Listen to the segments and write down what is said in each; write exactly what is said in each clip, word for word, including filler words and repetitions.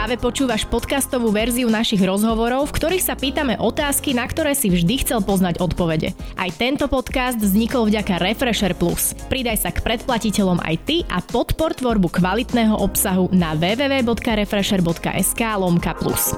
Práve počúvaš podcastovú verziu našich rozhovorov, v ktorých sa pýtame otázky, na ktoré si vždy chcel poznať odpovede. Aj tento podcast vznikol vďaka Refresher Plus. Pridaj sa k predplatiteľom aj ty a podpor tvorbu kvalitného obsahu na w w w bodka refresher bodka es ká lomka plus.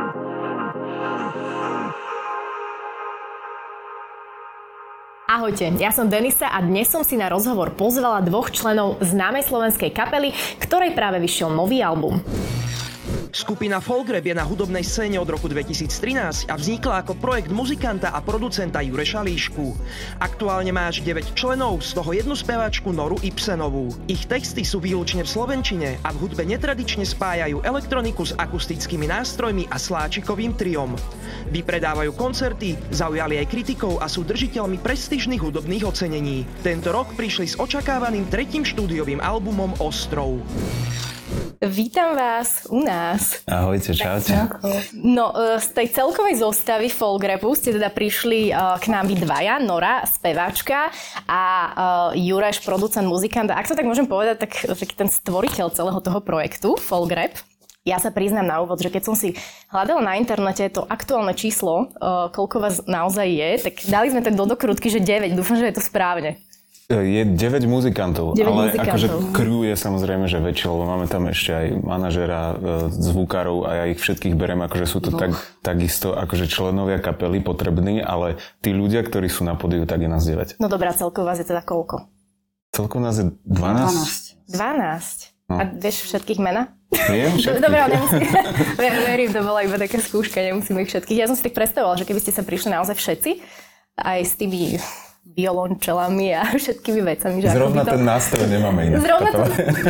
Ahojte, ja som Denisa a dnes som si na rozhovor pozvala dvoch členov známej slovenskej kapely, ktorej práve vyšiel nový album. Skupina Folgrab je na hudobnej scéne od roku dvetisíctrinásť a vznikla ako projekt muzikanta a producenta Jureša Líšku. Aktuálne má až deväť členov, z toho jednu speváčku Noru Ibsenovú. Ich texty sú výlučne v slovenčine a v hudbe netradične spájajú elektroniku s akustickými nástrojmi a sláčikovým triom. Vypredávajú koncerty, zaujali aj kritikov a sú držiteľmi prestížnych hudobných ocenení. Tento rok prišli s očakávaným tretím štúdiovým albumom Ostrov. Vítam vás u nás. Ahojte, čaute. No, z tej celkovej zostavy Folgrabu ste teda prišli k nám vy dvaja, Nora, speváčka a Jureš, producent, muzikant. Ak to tak môžem povedať, tak ten stvoriteľ celého toho projektu Folgrab. Ja sa priznám na úvod, že keď som si hľadala na internete to aktuálne číslo, koľko vás naozaj je, tak dali sme tak do dokrutky, že deväť. Dúfam, že je to správne. Je deväť muzikantov, deväť ale muzikantov. Akože crew je samozrejme, že väčšie, lebo máme tam ešte aj manažera, zvukárov a ja ich všetkých berem, akože sú to tak, takisto akože členovia kapely potrební, ale tí ľudia, ktorí sú na pódiu, tak je nás deväť. No dobrá, celkovo vás je teda koľko? Celkovo nás je dvanásť. dvanásť. No. A vieš všetkých mena? Viem všetkých. Dobre, ale nemusím. Verím, to bola iba taká skúška, nemusím ich všetkých. Ja som si tak predstavovala, že keby ste sa prišli naozaj všetci, aj s tými violončelami a všetkými vecami. Že Zrovna to... ten nástroj nemáme inak. Zrovna to...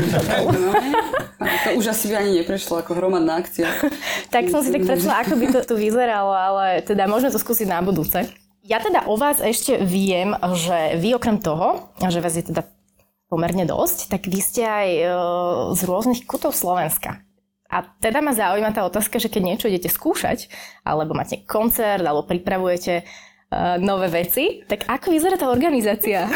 To už asi by ani neprešlo ako hromadná akcia. Tak som si tak predstavila, ako by to tu vyzeralo, ale teda môžeme to skúsiť na budúce. Ja teda o vás ešte viem, že vy okrem toho, že vás je teda pomerne dosť, tak vy ste aj z rôznych kútov Slovenska. A teda ma zaujíma tá otázka, že keď niečo idete skúšať, alebo máte koncert, alebo pripravujete nové veci, tak ako vyzerá tá organizácia?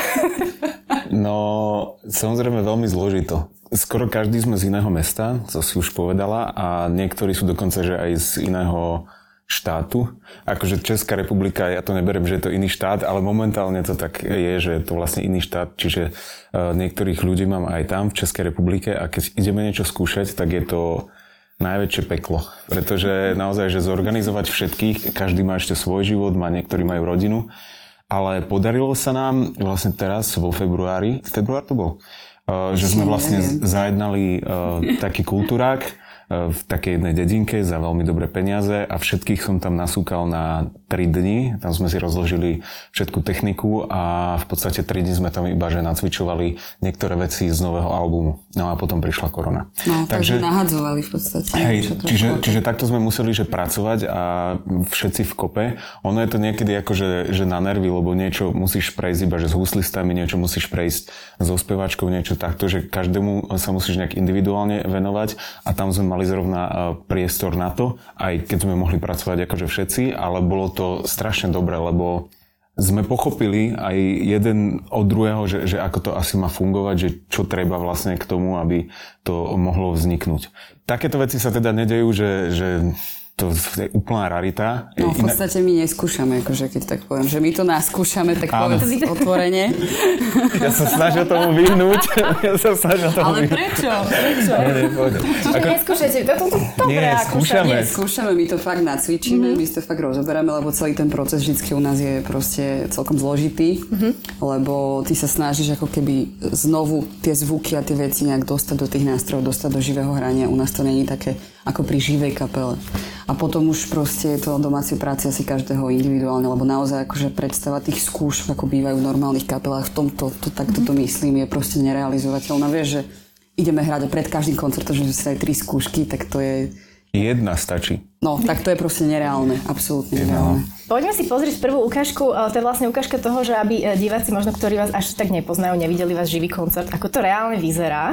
No, samozrejme veľmi zložito. Skoro každý sme z iného mesta, to si už povedala, a niektorí sú dokonca, že aj z iného štátu. Akože Česká republika, ja to neberiem, že je to iný štát, ale momentálne to tak je, že je to vlastne iný štát, čiže niektorých ľudí mám aj tam v Českej republike a keď ideme niečo skúšať, tak je to najväčšie peklo, pretože naozaj, že zorganizovať všetkých, každý má ešte svoj život, má niektorí majú rodinu, ale podarilo sa nám vlastne teraz vo februári, február to bol, že sme vlastne zajednali taký kultúrák v takej jednej dedinke za veľmi dobré peniaze a všetkých som tam nasúkal na tri dni. Tam sme si rozložili všetku techniku a v podstate tri dni sme tam iba že nacvičovali niektoré veci z nového albumu. No a potom prišla korona. No, takže, takže nahadzovali v podstate. Hej, čiže, čiže takto sme museli že pracovať a všetci v kope. Ono je to niekedy ako, že, že na nervy, lebo niečo musíš prejsť iba že s huslistami, niečo musíš prejsť so speváčkou, niečo takto, že každému sa musíš nejak individuálne venovať a tam sme mali zrovna priestor na to, aj keď sme mohli pracovať akože všetci, ale bolo to strašne dobré, lebo sme pochopili aj jeden od druhého, že, že ako to asi má fungovať, že čo treba vlastne k tomu, aby to mohlo vzniknúť. Takéto veci sa teda nedejú, že, že to je úplná rarita. No v podstate my neskúšame, akože keď tak poviem, že my to naskúšame, tak povedz otvorene. Ja sa snažil tomu vyhnúť. Ja sa snažil tomu Ale prečo? Prečo? Nie, nie, Čiže Ako... neskúšajte, to, to, to, to Nie, dobré, skúšame. Nie, skúšame, my to fakt nacvičíme, mm-hmm. my to fakt rozoberáme, lebo celý ten proces vždycky u nás je proste celkom zložitý, mm-hmm. lebo ty sa snažíš ako keby znovu tie zvuky a tie veci nejak dostať do tých nástrojov, dostať do živého hrania. U nás to není také ako pri živej kapele. A potom už proste je to domácej práce asi každého individuálne, lebo naozaj akože predstava tých skúšok, ako bývajú v normálnych kapelách, v tomto, to, takto to myslím, je proste nerealizovateľná. Vieš, že ideme hrať a pred každým koncertom, že si aj tri skúšky, tak to je... Jedna stačí. No, tak to je proste nereálne, absolútne nereálne. Poďme si pozrieť prvú ukážku, to je vlastne ukážka toho, že aby diváci možno, ktorí vás až tak nepoznajú, nevideli vás živý koncert, ako to reálne vyzerá.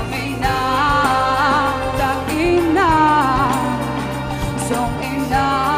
Som ina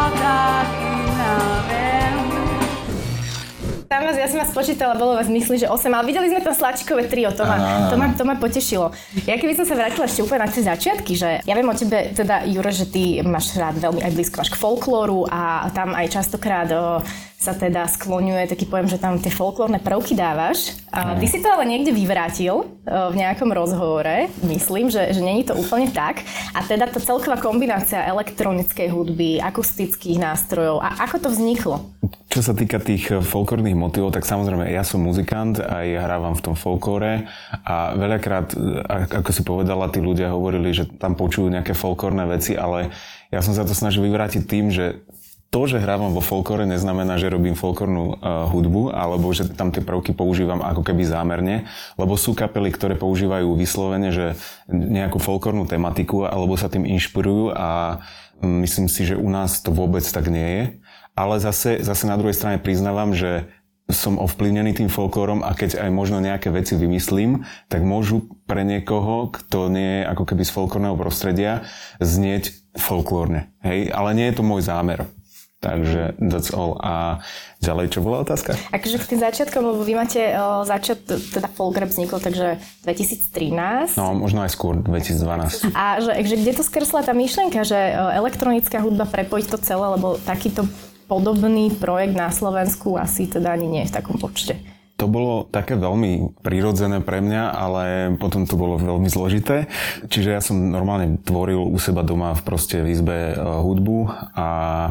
spočítala, bolo vás myslím, že osem, ale videli sme tam Slačkové trio, to ma, to ma, to ma potešilo. Ja keby som sa vrátila ešte úplne na tie začiatky, že ja viem o tebe, teda Jure, že ty máš rád veľmi aj blízko až k folklóru a tam aj častokrát o, sa teda skloňuje taký pojem, že tam tie folklórne prvky dávaš. A ty si to ale niekde vyvrátil v nejakom rozhovore, myslím, že, že není to úplne tak. A teda tá celková kombinácia elektronickej hudby, akustických nástrojov, a ako to vzniklo? Čo sa týka tých folklórnych motívov, tak samozrejme ja som muzikant a ja hrávam v tom folklóre a veľakrát, ako si povedala, tí ľudia hovorili, že tam počujú nejaké folklórne veci, ale ja som sa to snažil vyvrátiť tým, že to, že hrávam vo folklóre, neznamená, že robím folklórnu uh, hudbu, alebo že tam tie prvky používam ako keby zámerne, lebo sú kapely, ktoré používajú vyslovene, že nejakú folklórnu tematiku, alebo sa tým inšpirujú a um, myslím si, že u nás to vôbec tak nie je. Ale zase, zase na druhej strane priznávam, že som ovplyvnený tým folklórom a keď aj možno nejaké veci vymyslím, tak môžu pre niekoho, kto nie je ako keby z folklórneho prostredia, znieť folklórne. Hej? Ale nie je to môj zámer. Takže that's all. A ďalej, čo bola otázka? Akože k tým začiatkom, lebo vy máte uh, začiat, teda Folkrep vznikol, takže dvetisíctrinásť. No, možno aj skôr, dvetisícdvanásť. A že, že kde to skresla tá myšlienka, že uh, elektronická hudba prepojiť to celé, lebo takýto podobný projekt na Slovensku asi teda ani nie je v takom počte. To bolo také veľmi prirodzené pre mňa, ale potom to bolo veľmi zložité. Čiže ja som normálne tvoril u seba doma v proste v izbe uh, hudbu a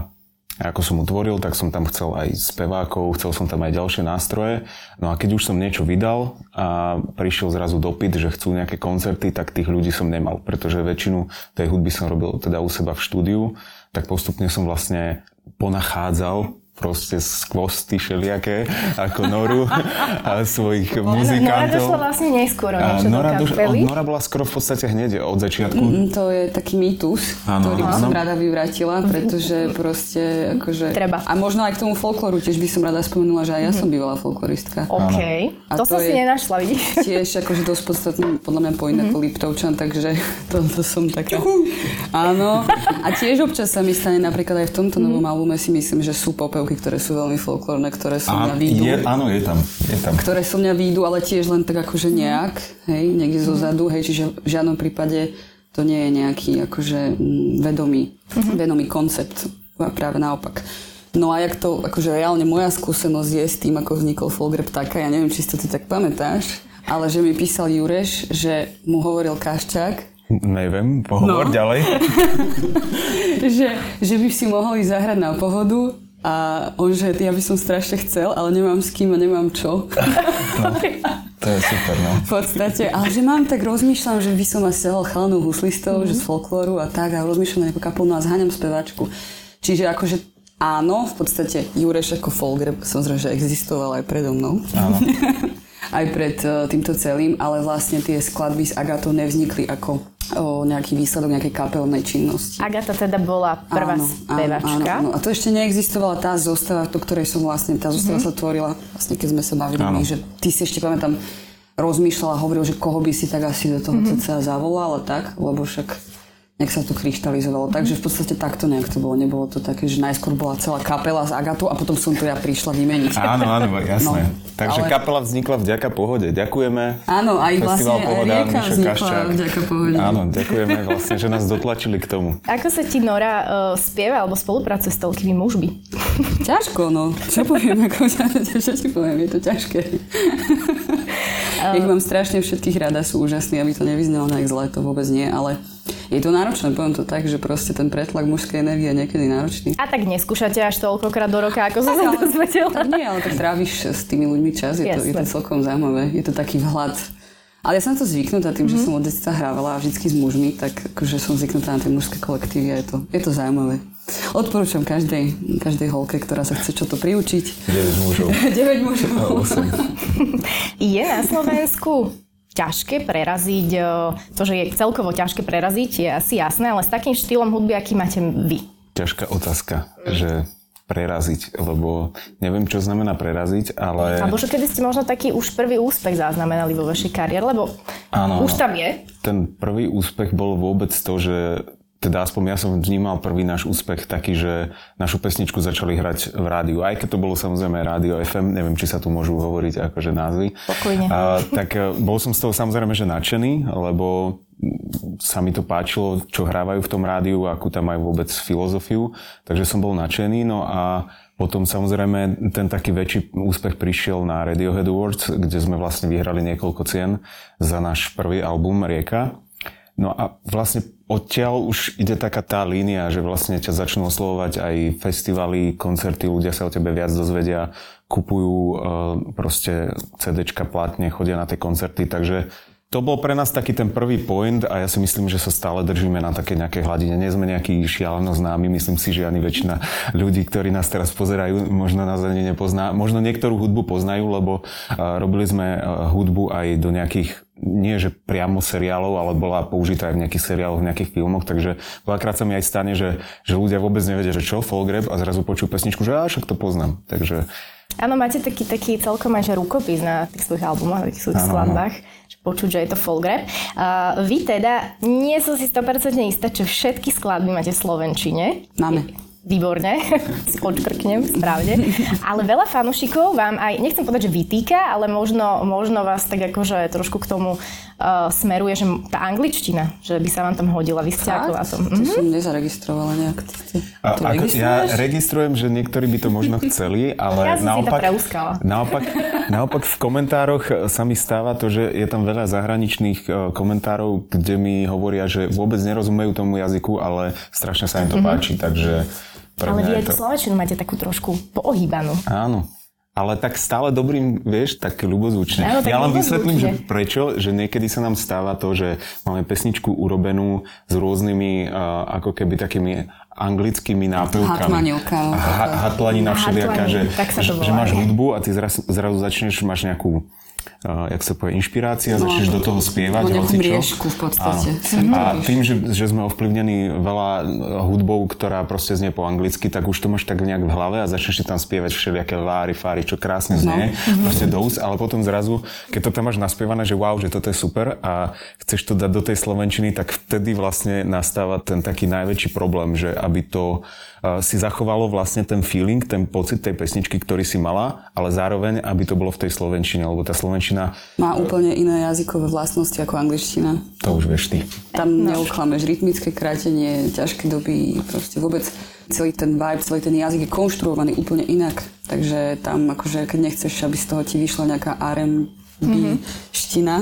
A ako som utvoril, tak som tam chcel aj spevákov, chcel som tam aj ďalšie nástroje. No a keď už som niečo vydal a prišiel zrazu dopyt, že chcú nejaké koncerty, tak tých ľudí som nemal, pretože väčšinu tej hudby som robil teda u seba v štúdiu, tak postupne som vlastne ponachádzal proste skvosty všelijaké, ako Noru a svojich muzikantov. Nora došla vlastne neskôr niečo Nora do kapely. Nora bola skoro v podstate hneď od začiatku. Mm, to je taký mýtus, áno, ktorý by áno. som rada vyvrátila, pretože proste akože... Treba. A možno aj k tomu folklóru tiež by som rada spomenula, že aj ja som bývala folkloristka. OK. To, to som si nenašla, vidíš? Tiež akože dosť podstatný, podľa mňa point ako Liptovčan, takže to, to som taká... Áno. A tiež občas sa mi stane, napríklad aj v tomto novom albume si myslím, že sú popevky, ktoré sú veľmi folklórne, ktoré so mňa výjdu. Je, áno, je tam, je tam. Ktoré so mňa výjdu, ale tiež len tak akože nejak, hej, niekde zo zadu, hej, čiže v žiadnom prípade to nie je nejaký akože vedomý, uh-huh. vedomý koncept, práve naopak. No a jak to, akože reálne moja skúsenosť je s tým, ako vznikol Folkrep taká, ja neviem, či si to ty tak pamätáš, ale že mi písal Jureš, že mu hovoril Kaščák, neviem, pohovor no. ďalej. že, že by si mohol ísť zahrať na Pohodu a on, že ja by som strašne chcel, ale nemám s kým a nemám čo. No, to je super, no. V podstate, ale že mám tak rozmýšľam, že by som asi stahol chalanov huslistov, mm-hmm. že z folklóru a tak a rozmýšľam na nejakú kapelu a zháňam speváčku. Čiže akože áno, v podstate Jureš ako Folkrep samozrejme, že existoval aj predo mnou. Áno. aj pred uh, týmto celým, ale vlastne tie skladby s Agatou nevznikli ako o, nejaký výsledok nejakej kapelnej činnosti. Agata teda bola prvá áno, spevačka. Áno, áno. A to ešte neexistovala tá zostava, do ktorej som vlastne, tá zostava mm-hmm. sa tvorila, vlastne keď sme sa bavili, my, že ty si ešte pamätám, rozmýšľala, hovoril, že koho by si tak asi do toho mm-hmm. cca zavolala, tak, lebo však nejak sa to kryštalizovalo. Takže v podstate takto nejak to bolo. Nebolo to také, že najskôr bola celá kapela s Agatou a potom som to ja prišla vymeniť. Áno, áno, jasné. No, takže ale... kapela vznikla vďaka Pohode. Ďakujeme. Áno, aj Festival vlastne Pohoda, Rieka vznikla vďaka Pohode. Áno, ďakujeme vlastne, že nás dotlačili k tomu. Ako sa ti Nora uh, spieva alebo spolupracuje s toľkými mužmi? Ťažko, no. Čo poviem? Ako, čo ti poviem? Je to ťažké. Ich mám strašne všetkých rada, sú úžasní, aby to nevyznalo nejak zle, to vôbec nie, ale je to náročné, poviem to tak, že proste ten pretlak mužskej energie je niekedy náročný. A tak neskúšate až toľkokrát do roka, ako som sa to zvedela. Tak nie, ale tak tráviš s tými ľuďmi čas, je to, je to celkom zaujímavé, je to taký vhľad. Ale ja som to zvyknutá tým, mm-hmm. že som od detstva hrávala vždycky s mužmi, tak akože som zvyknutá na tie mužské kolektívy a je to, je to zaujímavé. Odporúčam každej, každej holke, ktorá sa chce čo to priučiť. deväť mužov. deväť mužov. osem. Je na Slovensku ťažké preraziť, to, že je celkovo ťažké preraziť, je asi jasné, ale s takým štýlom hudby, aký máte vy? Ťažká otázka, že preraziť, lebo neviem, čo znamená preraziť, ale... Alebo že kedy ste možno taký už prvý úspech zaznamenali vo vašej kariére, lebo áno, už tam je. Ten prvý úspech bol vôbec to, že teda aspoň ja som vnímal prvý náš úspech taký, že našu pesničku začali hrať v rádiu. Aj keď to bolo samozrejme rádio ef em, neviem, či sa tu môžu hovoriť akože názvy. Pokojne. A, tak bol som z toho samozrejme, že nadšený, lebo sa mi to páčilo, čo hrávajú v tom rádiu, akú tam majú vôbec filozofiu. Takže som bol nadšený. No a potom samozrejme ten taký väčší úspech prišiel na Radiohead Awards, kde sme vlastne vyhrali niekoľko cien za náš prvý album Rieka. No a vlastne odtiaľ už ide taká tá línia, že vlastne ťa začnú oslovovať aj festivaly, koncerty, ľudia sa o tebe viac dozvedia, kupujú e, proste cédéčka, platne, chodia na tie koncerty, takže to bol pre nás taký ten prvý point a ja si myslím, že sa stále držíme na také nejakej hladine. Nie sme nejaký šialeno známi, myslím si, že ani väčšina ľudí, ktorí nás teraz pozerajú, možno nás ani nepozná. Možno niektorú hudbu poznajú, lebo uh, robili sme uh, hudbu aj do nejakých, nie že priamo seriálov, ale bola použitá aj v nejakých seriáloch, v nejakých filmoch, takže veľakrát sa mi aj stane, že, že ľudia vôbec nevedia, že čo, folk rap a zrazu počujú pesničku, že á, však to poznám. Takže áno, máte taký, taký celkom aj že rukopis na tých svojich albumoch, na tých svojich skladbách, že počuť, že je to folk rap. Uh, vy teda, nie som si sto percent istá, že všetky skladby máte v slovenčine. Máme. Výborne, si odškrknem, správne. Ale veľa fanúšikov vám aj, nechcem povedať, že vytýka, ale možno, možno vás tak akože trošku k tomu uh, smeruje, že tá angličtina, že by sa vám tam hodila. Vy ste ako na tom? To Mm-hmm. som nezaregistrovala nejak. A, ako, ja registrujem, že niektorí by to možno chceli, ale Ja som naopak, si to preuskala. naopak, naopak v komentároch sa mi stáva to, že je tam veľa zahraničných komentárov, kde mi hovoria, že vôbec nerozumejú tomu jazyku, ale strašne sa im to mm-hmm. páči, takže pre Ale mňa vy je aj tú to... slovenčinu máte takú trošku poohýbanú. Áno. Ale tak stále dobrým, vieš, tak ľubozvučne. Áno, tak ja len vysvetlím, že ľubozvučne. prečo, že niekedy sa nám stáva to, že máme pesničku urobenú s rôznymi, uh, ako keby takými anglickými nápevkami. Hatmanilka. Ha, hatlanina všelijaká, že, že, že máš hudbu a ty zrazu, zrazu začneš, máš nejakú Uh, jak sa povie, inšpirácia, no, začneš do toho spievať. No nejakú mriežku v podstate. A tým, že, že sme ovplyvnení veľa hudbou, ktorá proste znie po anglicky, tak už to máš tak nejak v hlave a začneš si tam spievať všelijaké láry, fáry, čo krásne znie. No. Proste dous, ale potom zrazu, keď to tam máš naspievané, že wow, že toto je super a chceš to dať do tej slovenčiny, tak vtedy vlastne nastáva ten taký najväčší problém, že aby to uh, si zachovalo vlastne ten feeling, ten pocit tej pesničky, ktorý si mala, ale zároveň, aby to bolo v tej slovenčine, lebo tá slovenčina má úplne iné jazykové vlastnosti ako angličtina. To už vieš ty. Tam no. neuklameš rytmické krátenie, ťažké doby, proste vôbec celý ten vibe, celý ten jazyk je konštruovaný úplne inak. Takže tam akože, keď nechceš, aby z toho ti vyšla nejaká er em bé-ština,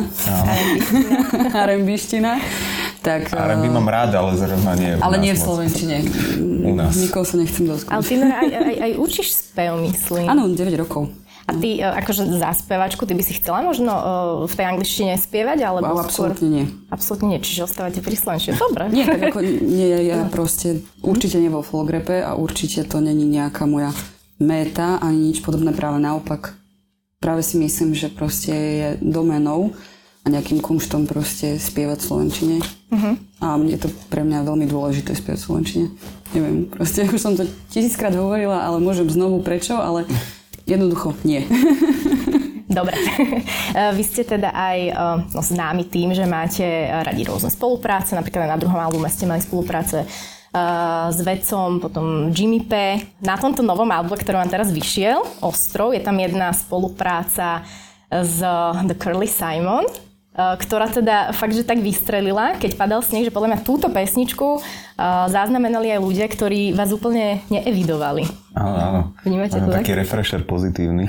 er em bé-ština, tak... er em bé mám rád, ale zrovna nie. Ale nie v slovenčine. U nás. Nikoho sa nechcem doskúšať. Ale ty aj, aj, aj učíš spev, myslím. Áno, deväť rokov. A ty akože za spevačku, ty by si chcela možno v tej angličtine spievať? Alebo wow, absolútne nie. Absolútne nie, čiže ostávate pri slovenčine. Dobre. Nie, tak ako nie, ja proste určite nie vo folkrepe a určite to není nejaká moja méta ani nič podobné, práve naopak. Práve si myslím, že proste je doménou a nejakým kumštom proste spievať v slovenčine. Uh-huh. A je to pre mňa veľmi dôležité spievať v slovenčine. Neviem, proste už som to tisíckrát hovorila, ale môžem znovu prečo, ale jednoducho nie. Dobre. Vy ste teda aj no, známi tým, že máte radi rôzne spolupráce. Napríklad na druhom albume ste mali spolupráce uh, s vedcom, potom Jimmy P. Na tomto novom albume, ktorý vám teraz vyšiel, Ostrov, je tam jedna spolupráca s The Curly Simon, uh, ktorá teda fakt, že tak vystrelila, keď padal sneh, že podľa mňa túto pesničku uh, zaznamenali aj ľudia, ktorí vás úplne neevidovali. Áno, áno. Vnímate to tak? Taký refresher pozitívny.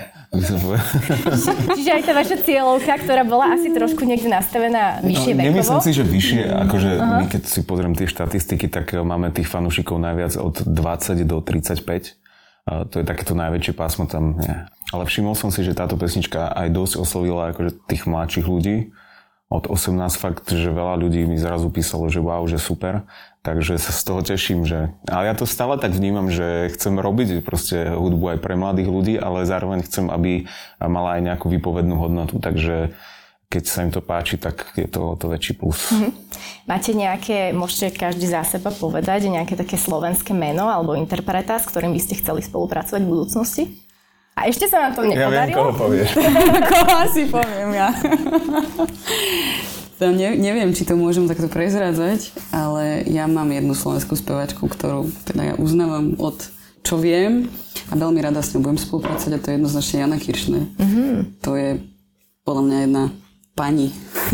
Čiže aj tá vaša cieľovka, ktorá bola asi trošku niekde nastavená vyššie no, vekovo? Nemyslím si, že vyššie. Akože uh-huh. my keď si pozriem tie štatistiky, tak máme tých fanúšikov najviac od dvadsať do tridsaťpäť. Uh, to je takéto najväčšie pásmo tam. Nie. Ale všimol som si, že táto pesnička aj dosť oslovila akože tých mladších ľudí. Od osemnásť fakt, že veľa ľudí mi zrazu písalo, že wow, že super. Takže sa z toho teším, že... Ale ja to stále tak vnímam, že chcem robiť proste hudbu aj pre mladých ľudí, ale zároveň chcem, aby mala aj nejakú výpovednú hodnotu. Takže keď sa im to páči, tak je to to väčší plus. Mm-hmm. Máte nejaké, môžete každý za seba povedať, nejaké také slovenské meno alebo interpreta, s ktorým by ste chceli spolupracovať v budúcnosti? A ešte sa vám to nepodarilo? Ja viem, koho povieš. Koho asi poviem ja. To ne, neviem, či to môžem takto prezrádzať, ale ja mám jednu slovenskú spevačku, ktorú teda ja uznávam od čo viem a veľmi rada s ňou budem spolupracovať a to je jednoznačne Jana Kiršner. Mm-hmm. To je podľa mňa jedna pani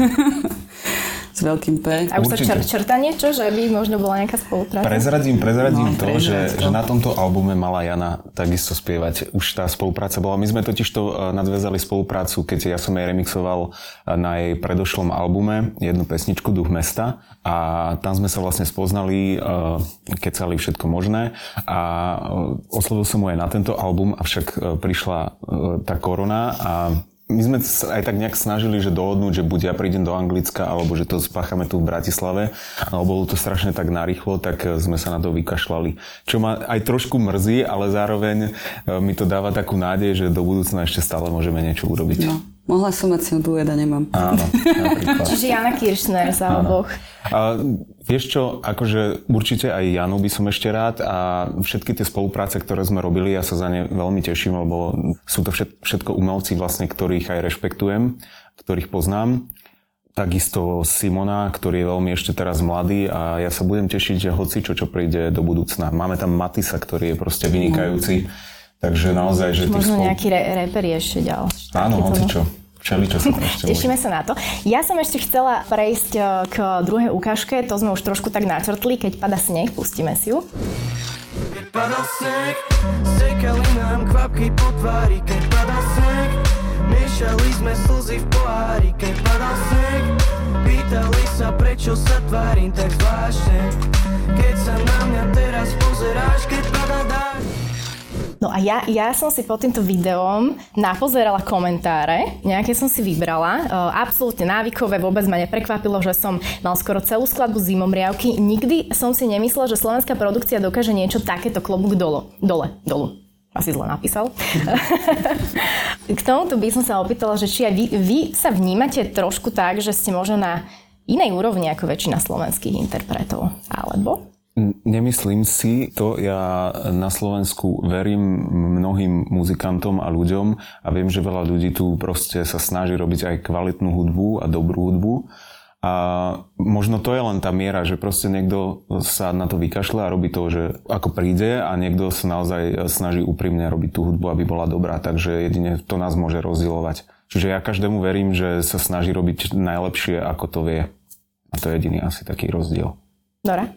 s veľkým P. A už sa čer, čerta niečo, že by možno bola nejaká spolupráca? Prezradím, prezradím no, to, že, to, že na tomto albume mala Jana takisto spievať. Už tá spolupráca bola. My sme totiž to nadväzali spoluprácu, keď ja som jej remixoval na jej predošlom albume jednu pesničku Duch mesta a tam sme sa vlastne spoznali, kecali všetko možné a oslovil som mu aj na tento album, avšak prišla tá korona a my sme sa aj tak nejak snažili, že dohodnúť, že buď ja prídem do Anglicka, alebo že to spáchame tu v Bratislave, ale bolo to strašne tak narýchlo, tak sme sa na to vykašľali. Čo ma aj trošku mrzí, ale zároveň mi to dáva takú nádej, že do budúcna ešte stále môžeme niečo urobiť. No. Mohla som mať si duet a nemám. Áno, napríklad. Čiže Jana Kiršner za oboch. A vieš čo, akože určite aj Janu by som ešte rád a všetky tie spolupráce, ktoré sme robili, ja sa za ne veľmi teším, lebo sú to všetko umelci vlastne, ktorých aj rešpektujem, ktorých poznám. Takisto Simona, ktorý je veľmi ešte teraz mladý a ja sa budem tešiť, že hoci čo, čo príde do budúcna. Máme tam Matisa, ktorý je proste vynikajúci. Takže naozaj, že... Možno spol... nejaký re- reper ešte ďal. Áno, hoci čo. Všeli, čo sa ešte Tešíme sa na to. Ja som ešte chcela prejsť k druhej ukážke. To sme už trošku tak načrtli. Keď pada sneh, pustíme si ju. Keď padal sneh, sekali nám kvapky po tvári. Keď padal sneh, miešali sme slzy v pohári. Keď padal sneh, pýtali sa, prečo sa tvárim tak zvláštne. Keď sa na mňa teraz pozeráš, keď padá dáž. No a ja, ja som si pod týmto videom napozerala komentáre, nejaké som si vybrala, absolútne návykové, vôbec ma neprekvapilo, že som mal skoro celú skladbu Zimomriavky. Nikdy som si nemyslela, že slovenská produkcia dokáže niečo takéto, klobúk dole, dole, dolu. Asi zle napísal. K tomuto by som sa opýtala, že či aj vy, vy sa vnímate trošku tak, že ste možno na inej úrovni ako väčšina slovenských interpretov, alebo... Nemyslím si to, ja na Slovensku verím mnohým muzikantom a ľuďom a viem, že veľa ľudí tu proste sa snaží robiť aj kvalitnú hudbu a dobrú hudbu a možno to je len tá miera, že proste niekto sa na to vykašle a robí to, že ako príde a niekto sa naozaj snaží úprimne robiť tú hudbu, aby bola dobrá, takže jedine to nás môže rozdielovať. Čiže ja každému verím, že sa snaží robiť najlepšie, ako to vie. A to je jediný asi taký rozdiel. Dora?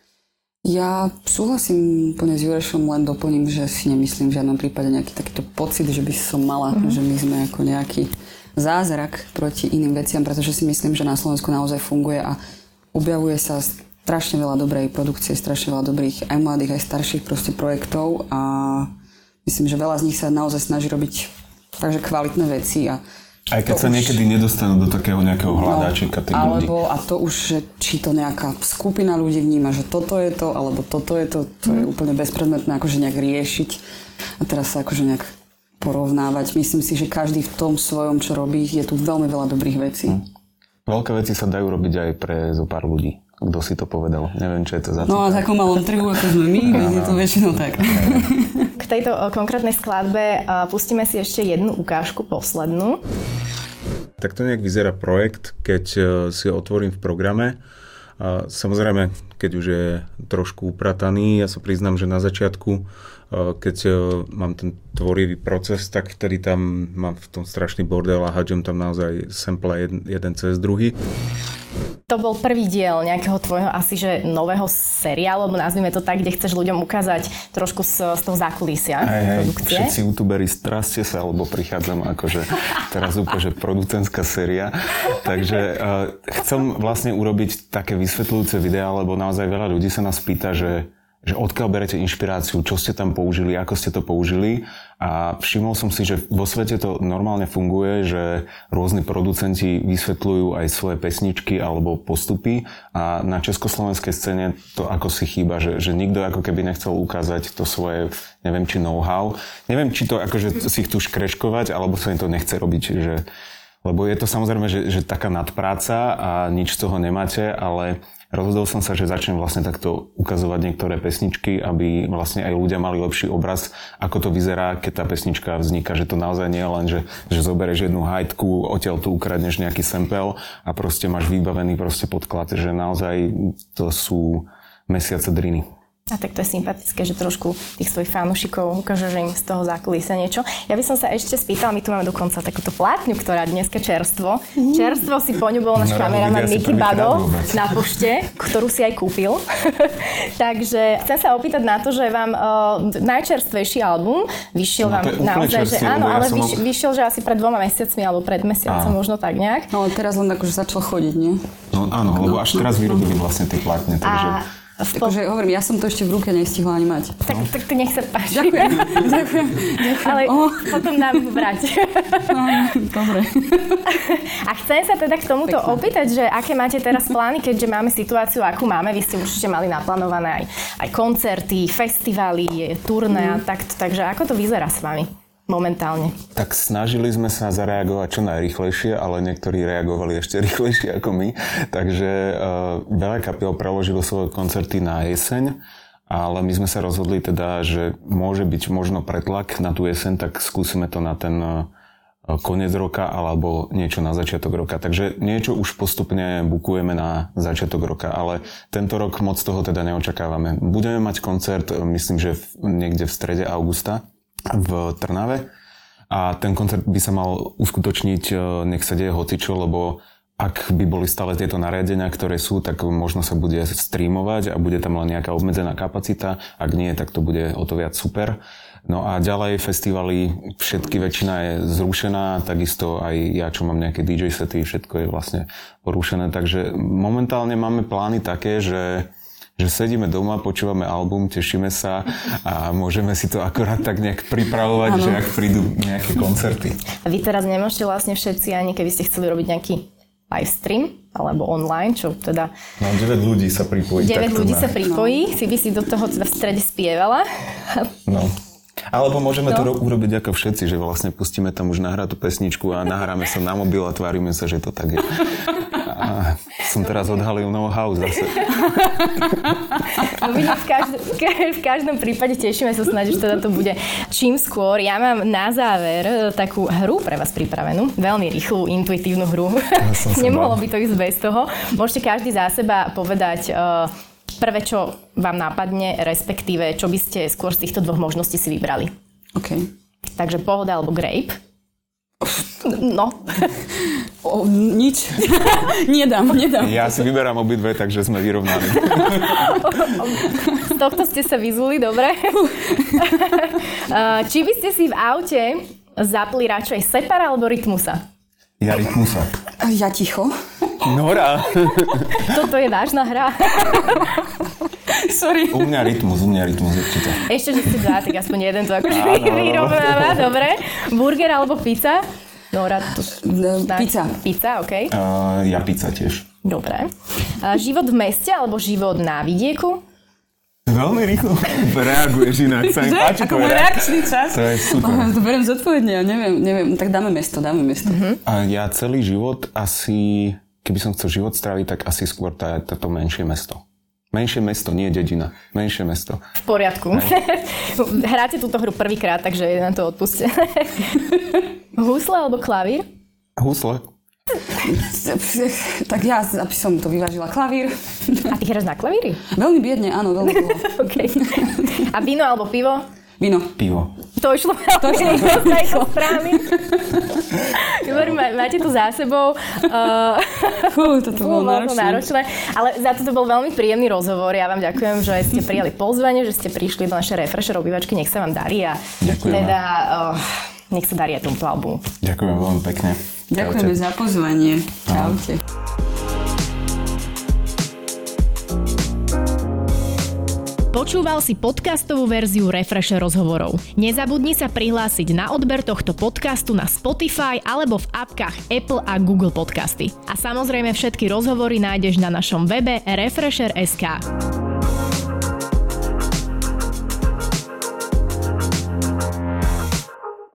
Ja súhlasím úplne s Jurešom, len doplním, že si nemyslím v žiadnom prípade nejaký takýto pocit, že by som mala, mm-hmm. že my sme ako nejaký zázrak proti iným veciam, pretože si myslím, že na Slovensku naozaj funguje a objavuje sa strašne veľa dobrej produkcie, strašne veľa dobrých aj mladých, aj starších proste projektov a myslím, že veľa z nich sa naozaj snaží robiť takže kvalitné veci a aj keď sa už... niekedy nedostanú do takého nejakého hľadáčika tých ľudí. Alebo, a to už, že či to nejaká skupina ľudí vníma, že toto je to, alebo toto je to, to je úplne bezpredmetné akože nejak riešiť a teraz sa akože nejak porovnávať. Myslím si, že každý v tom svojom, čo robí, je tu veľmi veľa dobrých vecí. Hm. Veľké veci sa dajú robiť aj pre zo pár ľudí. Kto si to povedal? Neviem, čo je to za No a takom malom trhu, ako sme my, je to väčšinou tak. K tejto konkrétnej skladbe pustíme si ešte jednu ukážku, poslednú. Tak to nejak vyzerá projekt, keď si ho otvorím v programe. A samozrejme, keď už je trošku uprataný, ja sa priznám, že na začiatku, keď mám ten tvorivý proces, tak vtedy tam mám v tom strašný bordel a hádžem tam naozaj sample jeden, jeden cez druhý. To bol prvý diel nejakého tvojho asi že nového seriálu, alebo nazvime to tak, kde chceš ľuďom ukázať trošku z, z toho zákulisia hej, produkcie. Všetci youtuberi, straste sa, alebo prichádzam akože teraz úplne, že producentská séria. Takže uh, chcem vlastne urobiť také vysvetľujúce videá, lebo naozaj veľa ľudí sa nás pýta, že že odkiaľ berete inšpiráciu, čo ste tam použili, ako ste to použili a všimol som si, že vo svete to normálne funguje, že rôzni producenti vysvetľujú aj svoje pesničky alebo postupy a na československej scéne to ako si chýba, že, že nikto ako keby nechcel ukázať to svoje, neviem či know-how, neviem či to akože si chcú škreškovať alebo sa im to nechce robiť, že lebo je to samozrejme, že, že taká nadpráca a nič z toho nemáte, ale rozhodol som sa, že začnem vlastne takto ukazovať niektoré pesničky, aby vlastne aj ľudia mali lepší obraz, ako to vyzerá, keď tá pesnička vzniká, že to naozaj nie je len, že, že zoberieš jednu hajtku, odtiaľ tu ukradneš nejaký sample a proste máš vybavený proste podklad, že naozaj to sú mesiace driny. A tak to je sympatické, že trošku tých svojich fanúšikov ukáže, že im z toho zákulisia niečo. Ja by som sa ešte spýtala, my tu máme dokonca takúto plátňu, ktorá dneska čerstvo. Mm. Čerstvo si poňubol náš no, kameraman Miky Bado na pošte, ktorú si aj kúpil. Takže chcem sa opýtať na to, že vám uh, najčerstvejší album vyšiel no, vám naozaj, čerstvý, že áno, ja ale vyš, mal... vyšiel, že asi pred dvoma mesiacmi alebo pred mesiacom, možno tak nejak. No teraz len akože začal chodiť, nie? No áno, lebo až teraz vyrobili vlastne tie plátne, takže... A... Takže hovorím, ja som to ešte v ruke nestihla ani mať. Tak, no. tak to nech sa páči. Ďakujem, ďakujem, ďakujem. Ale oh. potom nám vrať. No, dobre. A chcem sa teda k tomuto Pekne. opýtať, že aké máte teraz plány, keďže máme situáciu, akú máme. Vy ste určite mali naplánované aj, aj koncerty, festivaly, turné mm. a takto. Takže ako to vyzerá s vami momentálne? Tak snažili sme sa zareagovať čo najrýchlejšie, ale niektorí reagovali ešte rýchlejšie ako my. Takže uh, veľa kapiel preložilo svoje koncerty na jeseň, ale my sme sa rozhodli teda, že môže byť možno pretlak na tú jeseň, tak skúsime to na ten uh, koniec roka alebo niečo na začiatok roka. Takže niečo už postupne bukujeme na začiatok roka, ale tento rok moc toho teda neočakávame. Budeme mať koncert, myslím, že v, niekde v strede augusta v Trnave a ten koncert by sa mal uskutočniť, nech sa deje hocičo, lebo ak by boli stále tieto nariadenia, ktoré sú, tak možno sa bude streamovať a bude tam len nejaká obmedzená kapacita, ak nie, tak to bude o to viac super. No a ďalej festivaly, všetky väčšina je zrušená, takisto aj ja, čo mám nejaké dý džej sety, všetko je vlastne porušené, takže momentálne máme plány také, že že sedíme doma, počúvame album, tešíme sa a môžeme si to akorát tak nejak pripravovať, ano. Že ak prídu nejaké koncerty. A vy teraz nemôžete vlastne všetci, ani keby ste chceli robiť nejaký live stream alebo online, čo teda... No deväť ľudí sa pripojí. deväť ľudí na... sa pripojí, no. Si by si do toho teda v strede spievala. No. Alebo môžeme no. to urobiť ako všetci, že vlastne pustíme tam už nahratú pesničku a nahráme sa na mobil a tvárime sa, že to tak je. A som teraz odhalil know-how zase. No vidíš, v, každom, v každom prípade tešíme sa snáď, že teda to bude čím skôr. Ja mám na záver takú hru pre vás pripravenú. Veľmi rýchlu, intuitívnu hru. Ja Nemohlo by to ísť bez toho. Môžete každý za seba povedať uh, prvé, čo vám nápadne, respektíve, čo by ste skôr z týchto dvoch možností si vybrali. OK. Takže Pohoda alebo Grape. No. O, nič. nedám, nedám. Ja si vyberám obidve, takže sme vyrovnaní. Z tohto ste sa vyzuli, dobre. Či by ste si v aute zapli radšej Separa alebo Rytmusa? Ja Rytmusa. Ja Ticho. Nora. Toto je vážna hra. Sorry. U mňa Rytmus, u mňa Rytmus určite. Ešte, že ste dva, tak aspoň jeden to akože vyrovnáva, dobre. Burger alebo pizza? Nora, to... Pizza. Pizza, okej. Okay. Uh, ja pizza tiež. Dobre. Uh, život v meste alebo život na vidieku? Veľmi rýchlo reaguješ inak. Sa mi páči ako reakčný čas. To je super. Oh, to beriem zodpovedne, ja neviem, neviem. Tak dáme mesto, dáme mesto. Uh-huh. A ja celý život asi, keby som chcel život stráviť, tak asi skôr tá, táto menšie mesto. Menšie mesto, nie dedina. Menšie mesto. V poriadku. Hráte túto hru prvýkrát, takže na to odpuste. Husle alebo klavír? Husle. Tak ja by som to vyvážila klavír. A ty hráš na klavíri? Veľmi biedne, áno, veľmi dlho. Okay. A víno alebo pivo? Víno. Pivo. To išlo veľmi rýchlo správny. Máte to za sebou. Uh, Fú, toto bolo náročné. náročné. Ale za to bol veľmi príjemný rozhovor. Ja vám ďakujem, že ste prijali pozvanie, že ste prišli do našej Refresher obývačky. Nech sa vám darí. A ďakujem. Teda, uh, nech sa darí aj tomuto albumu. Ďakujem veľmi pekne. Ďakujeme za pozvanie. Čaute. Počúval si podcastovú verziu Refresher rozhovorov. Nezabudni sa prihlásiť na odber tohto podcastu na Spotify alebo v apkách Apple a Google Podcasty. A samozrejme všetky rozhovory nájdeš na našom webe refresher bodka es ká.